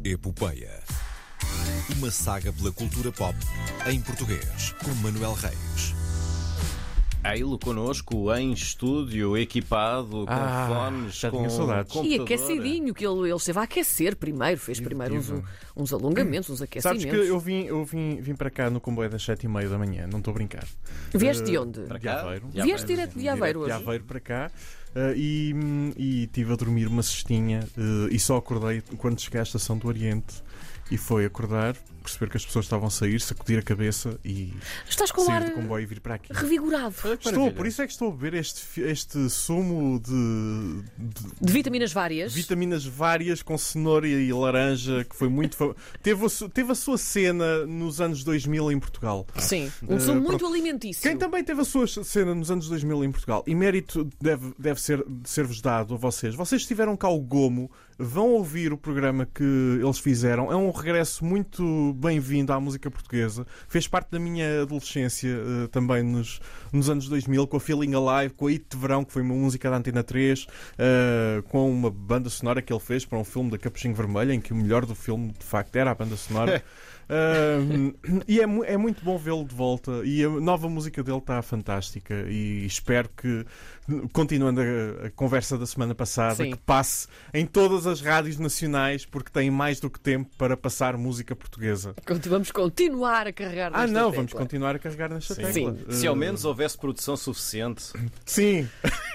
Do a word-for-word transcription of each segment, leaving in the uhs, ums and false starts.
Epopeia. Uma saga pela cultura pop em português, com Manuel Reis. Ei-lo connosco em estúdio, equipado, com Ah, fones, já com tinha saudades. computador. E aquecidinho, que ele, ele esteve a aquecer primeiro, fez primeiro uns, uns alongamentos, uns aquecimentos. Sabes que eu vim, eu vim, vim para cá no comboio das sete e meia da manhã, não estou a brincar. Vieste de Uh, onde? Para De cá? Aveiro. De Vieste Aveiro. direto de Aveiro De hoje? Aveiro para cá. uh, e, e tive a dormir uma cestinha uh, e só acordei quando cheguei à estação do Oriente. E foi acordar, perceber que as pessoas estavam a sair, sacudir a cabeça e Estás com o sair ar do comboio e vir para aqui. revigorado. Estou, por isso é que estou a beber este, fi- este sumo de, de De vitaminas várias. vitaminas várias com cenoura e laranja, que foi muito. fa- Teve a, su- teve a sua cena nos anos dois mil em Portugal. Sim, um Uh, sumo pronto. muito alimentício. Quem também teve a sua cena nos anos dois mil em Portugal, e mérito deve, deve ser, ser-vos dado a vocês. Vocês tiveram cá o Gomo, vão ouvir o programa que eles fizeram. É um regresso muito bem-vindo à música portuguesa. Fez parte da minha adolescência eh, também nos, nos anos dois mil, com a Feeling Alive, com a Hit de Verão, que foi uma música da Antena três, eh, com uma banda sonora que ele fez para um filme da Capuchinho Vermelho, em que o melhor do filme, de facto, era a banda sonora. Uh, e é, mu- é muito bom vê-lo de volta. E a nova música dele está fantástica. E espero que, continuando a, a conversa da semana passada, Sim. que passe em todas as rádios nacionais, porque tem mais do que tempo para passar música portuguesa. Conti- Vamos continuar a carregar Ah, nesta não, tecla. vamos continuar a carregar nesta tecla. Sim. Uh, Se ao menos houvesse produção suficiente. Sim.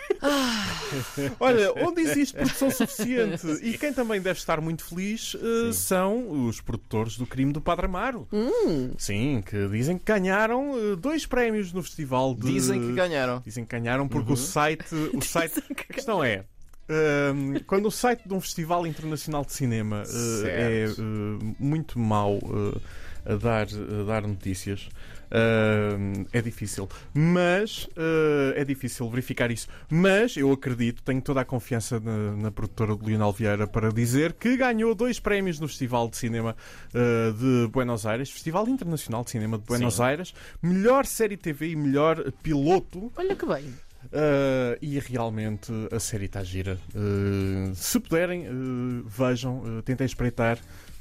Olha, onde existe produção suficiente e quem também deve estar muito feliz uh, são os produtores do Crime do Padre Amaro. Hum. Sim, que dizem que ganharam uh, dois prémios no festival de... Dizem que ganharam. Dizem que ganharam porque o site... O site... A questão é... um, quando o site de um festival internacional de cinema uh, é Certo. uh, muito mau uh, a, dar, a dar notícias, uh, é difícil. Mas uh, é difícil verificar isso. Mas eu acredito, tenho toda a confiança na, na produtora de Leonel Vieira para dizer que ganhou dois prémios no Festival de Cinema uh, de Buenos Aires, Festival Internacional de Cinema de Buenos Sim. Aires, melhor série T V e melhor piloto. Olha que bem. Uh, e realmente a série está gira. Uh, se puderem, uh, vejam, uh, tentem espreitar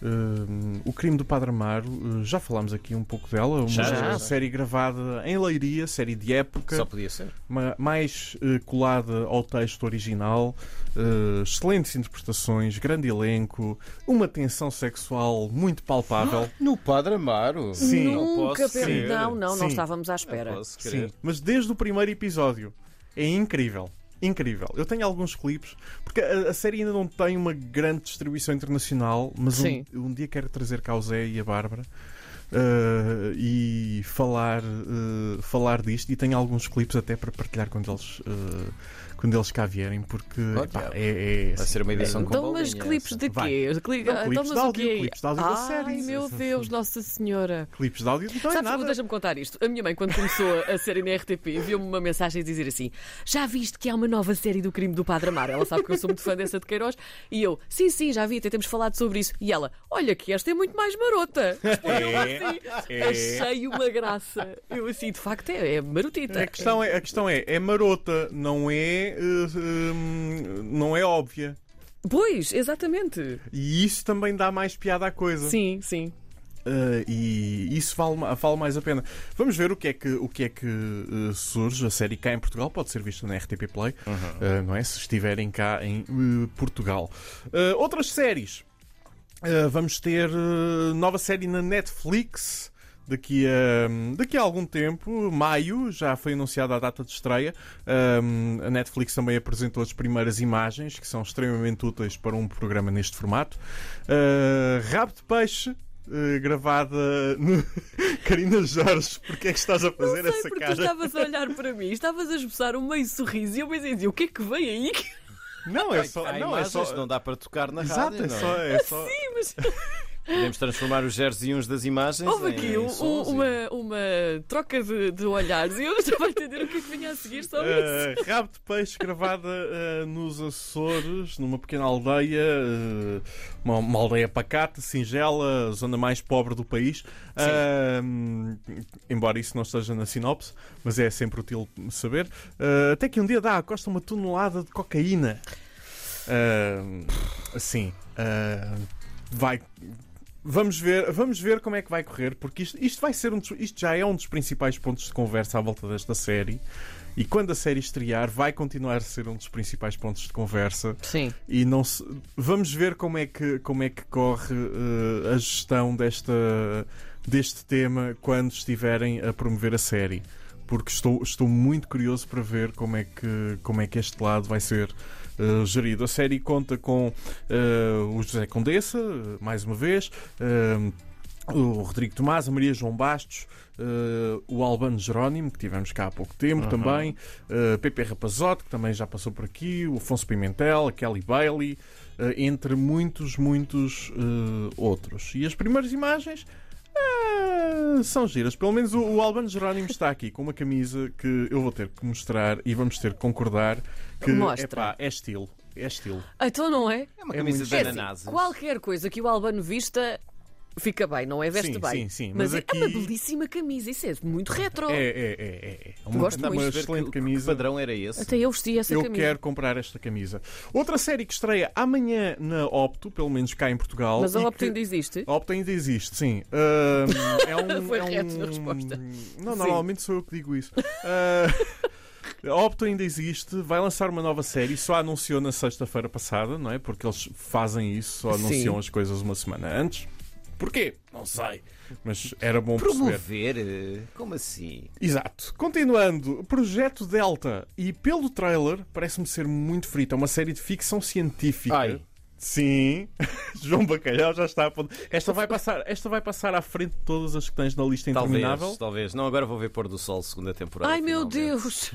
uh, O Crime do Padre Amaro. Uh, já falámos aqui um pouco dela. Uma Já. série gravada em Leiria, série de época, Só podia ser. ma- mais uh, colada ao texto original. Uh, excelentes interpretações, grande elenco, uma tensão sexual muito palpável. No Padre Amaro. Sim. Não Nunca posso per- crer. Não, não, não Sim. estávamos à Não espera. posso crer. Sim, mas desde o primeiro episódio é incrível. Incrível. Eu tenho alguns clipes, porque a, a série ainda não tem uma grande distribuição internacional, mas um, Sim. um dia quero trazer cá o Zé e a Bárbara uh, e falar, uh, falar disto. E tenho alguns clipes até para partilhar quando eles, uh, quando eles cá vierem, porque Olha, epá, é, é Vai ser uma edição com Então, mas bolinha, clipes essa. de Vai. quê? Cli- Não, ah, clipes então, de mas o áudio, quê? clipes de áudio da Ai, série. meu Deus, Nossa Senhora. clipes de áudio, não é Sabes, nada. deixa-me contar isto. A minha mãe, quando começou a série na R T P, enviou-me uma mensagem a dizer assim: já viste que há uma nova série do Crime do Padre Amaro? Ela sabe que eu sou muito fã dessa de Queiroz. E eu, sim, sim, já vi, até temos falado sobre isso. E ela, olha que esta é muito mais marota. Respondeu assim. é. Achei uma graça. Eu assim, de facto, é, é marotita. A questão é, a questão é, é marota, não é, uh, um, não é óbvia. Pois, exatamente. E isso também dá mais piada à coisa. Sim, sim. Uh, e isso vale, ma- vale mais a pena. Vamos ver o que é que, o que, é que uh, surge. A série cá em Portugal pode ser vista na R T P Play, uh, não é? Se estiverem cá em uh, Portugal. Uh, outras séries. Uh, vamos ter uh, nova série na Netflix. Daqui a, daqui a algum tempo, maio, já foi anunciada a data de estreia. Um, a Netflix também apresentou as primeiras imagens, que são extremamente úteis para um programa neste formato. Uh, Rabo de Peixe, uh, gravada no... Karina Jorge, porque é que estás a fazer Não sei, essa porque cara? tu estavas a olhar para mim, estavas a esboçar um meio sorriso e eu pensei assim, o que é que vem aí? Não, é só... Há Não, é imagens, só... não dá para tocar na Exato, rádio. é não só... é? É só... Sim, mas Podemos transformar os zeros e uns das imagens houve em, aqui em um- sons e- uma, uma troca de, de olhares e eu não estava a entender o que é que vinha a seguir só isso. Uh, Rabo de Peixe gravada uh, nos Açores, numa pequena aldeia, uh, uma, uma aldeia pacata, singela, a zona mais pobre do país. Uh, embora isso não esteja na sinopse, mas é sempre útil saber. Uh, até que um dia dá à costa uma tonelada de cocaína. Uh, assim. Uh, vai. Vamos ver, vamos ver como é que vai correr, porque isto, isto vai ser um dos, isto já é um dos principais pontos de conversa à volta desta série. E quando a série estrear, vai continuar a ser um dos principais pontos de conversa. Sim. E não se... vamos ver como é que, como é que corre uh, a gestão desta, deste tema quando estiverem a promover a série. Porque estou, estou muito curioso para ver como é que, como é que este lado vai ser uh, gerido. A série conta com uh, o José Condessa, mais uma vez, uh, o Rodrigo Tomás, a Maria João Bastos, uh, o Albano Jerónimo, que tivemos cá há pouco tempo uhum. também, uh, Pepe Rapazote, que também já passou por aqui, o Afonso Pimentel, a Kelly Bailey, uh, entre muitos, muitos uh, outros. E as primeiras imagens uh, são giras. Pelo menos o, o Albano Jerónimo está aqui com uma camisa que eu vou ter que mostrar e vamos ter que concordar que epá, é estilo. É estilo. Então não é? É uma É camisa muito de giro. ananases. Qualquer coisa que o Albano vista fica bem, não é? Veste Sim, bem. sim, sim, Mas, mas é aqui- uma belíssima camisa. Isso é muito retro. É, é, é, é, é. Uma, Gosto uma muito. Vamos ver excelente que, camisa. que padrão era esse. Até eu vesti essa Eu camisa. quero comprar esta camisa. Outra série que estreia amanhã na Opto, pelo menos cá em Portugal. Mas a e Opto que- ainda existe? A Opto ainda existe, sim. Ahm, é um, Foi é um- reto a resposta. Não, Sim. normalmente sou eu que digo isso. Ah, a Opto ainda existe, vai lançar uma nova série, só anunciou na sexta-feira passada, não é? Porque eles fazem isso, só anunciam Sim. as coisas uma semana antes. Porquê? Não sei. Mas era bom perceber. Promover? eh, Como assim? Exato. Continuando, Projeto Delta. E pelo trailer, parece-me ser muito frito. É uma série de ficção científica. Ai. Sim. João Bacalhau já está a ponto. Esta vai passar, esta vai passar à frente de todas as que tens na lista interminável. Talvez, talvez. Não, agora vou ver Pôr do Sol, segunda temporada. Ai meu finalmente. Deus!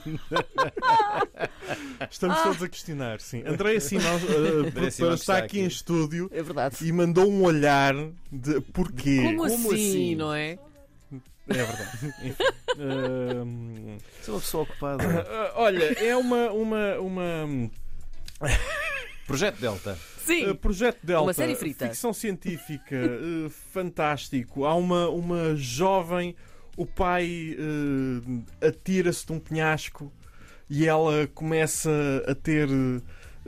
Estamos Ah. todos a questionar, sim. Andréia Simão, uh, produtora, Simão está está aqui aqui. em estúdio É verdade. e mandou um olhar de porquê. Como, Como assim, assim? não é? É verdade. Enfim. Ahm, Sou uma pessoa ocupada. ah, olha, é uma, uma, uma Projeto Delta. Sim! Uh, Projeto Delta, Uma série frita. ficção científica, uh, fantástico. Há uma, uma jovem, o pai uh, atira-se de um penhasco e ela começa a ter. uh,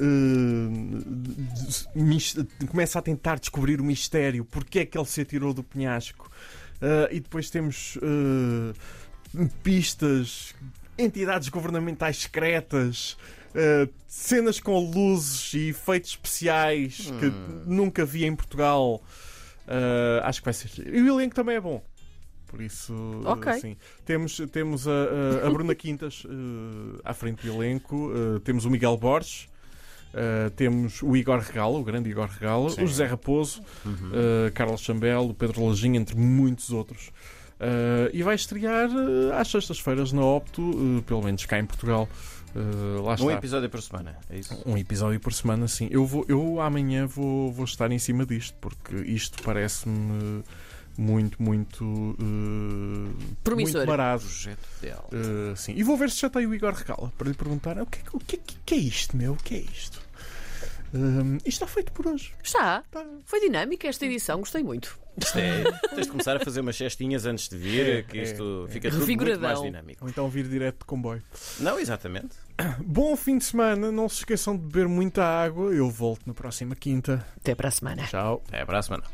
mis- começa a tentar descobrir o mistério, porque é que ele se atirou do penhasco. Uh, e depois temos uh, pistas, entidades governamentais secretas. Uh, cenas com luzes e efeitos especiais que Hum. nunca vi em Portugal. Uh, acho que vai ser. E o elenco também é bom. Por isso, uh, Ok. sim. Temos, temos a, a- a Bruna Quintas uh, à frente do elenco. Uh, temos o Miguel Borges. Uh, temos o Igor Regala, o grande Igor Regala. Sim. O José Raposo. Uhum. uh, Carlos Chambel, o Pedro Lajinha, entre muitos outros. Uh, e vai estrear uh, às sextas-feiras na Opto, uh, pelo menos cá em Portugal. Uh, lá Um está. episódio por semana, é isso? Um episódio por semana, sim. Eu, vou, eu amanhã vou, vou estar em cima disto, porque isto parece-me muito, muito. Uh, Promissor. Muito barato. Projeto Delta. Uh, sim. E vou ver se já tem o Igor Regala para lhe perguntar: o que, é que- o que, é que- que é isto, meu? O que é isto? Um, isto está feito por hoje. Está. Está. Foi dinâmica esta edição, gostei muito. Isto é, tens de começar a fazer umas cestinhas antes de vir, É, que é, isto é. fica tudo muito mais Reviguradão. dinâmico. Ou então vir direto de comboio. Não, exatamente. Bom fim de semana. Não se esqueçam de beber muita água. Eu volto na próxima quinta. Até para a semana. Tchau. É para a semana.